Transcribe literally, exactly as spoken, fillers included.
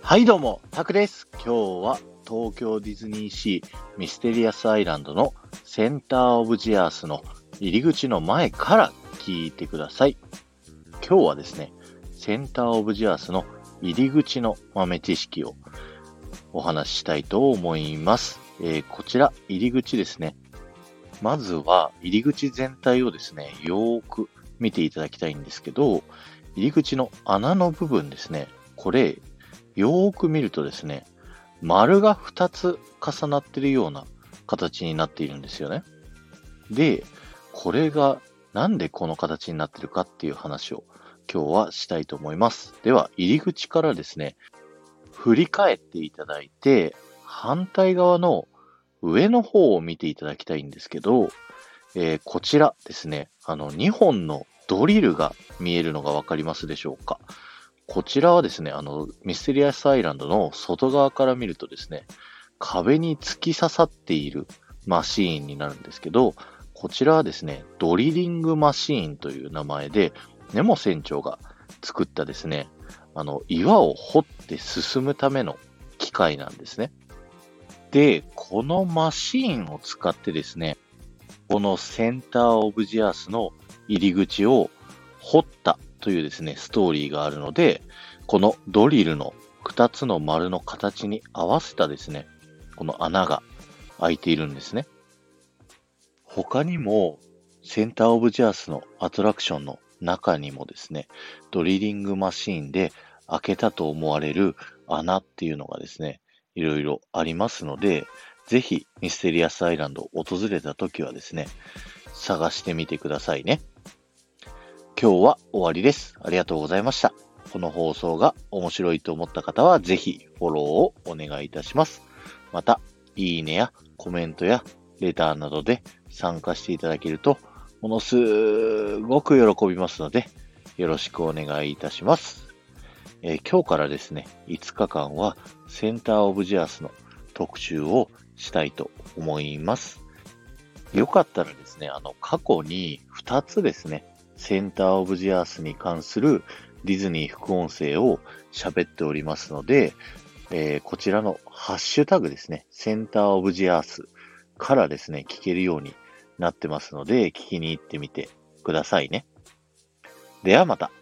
はいどうも、タクです。今日は東京ディズニーシーミステリアスアイランドのセンターオブジアースの入り口の前から聞いてください。今日はですね、センターオブジアースの入り口の豆知識をお話ししたいと思います。えー、こちら入り口ですね。まずは入り口全体をですね、よーく見ていただきたいんですけど、入り口の穴の部分ですね、これよーく見るとですね、丸がふたつ重なっているような形になっているんですよね。で、これがなんでこの形になっているかっていう話を今日はしたいと思います。では、入り口からですね、振り返っていただいて、反対側の上の方を見ていただきたいんですけど、えーこちらですね、あのにほんのドリルが見えるのがわかりますでしょうか。こちらはですね、あの、ミステリアスアイランドの外側から見るとですね、壁に突き刺さっているマシーンになるんですけど、こちらはですね、ドリリングマシーンという名前で、ネモ船長が作ったですね、あの、岩を掘って進むための機械なんですね。で、このマシーンを使ってですね、このセンターオブジアースの入り口を掘ったというですね、ストーリーがあるので、このドリルのふたつの丸の形に合わせたですね、この穴が開いているんですね。他にも、センターオブジアースのアトラクションの中にもですね、ドリリングマシーンで開けたと思われる穴っていうのがですね、いろいろありますので、ぜひミステリアスアイランドを訪れた時はですね、探してみてくださいね。今日は終わりです。ありがとうございました。この放送が面白いと思った方はぜひフォローをお願いいたします。また、いいねやコメントやレターなどで参加していただけるとものすごく喜びますので、よろしくお願いいたします。えー今日からですね、いつかかんはセンターオブジアースの特集をしたいと思います。よかったらですね、あの、過去にふたつですね、センターオブジアースに関するディズニー副音声を喋っておりますので、えーこちらのハッシュタグですね、センターオブジアースからですね、聞けるようになってますので、聞きに行ってみてくださいね。ではまた。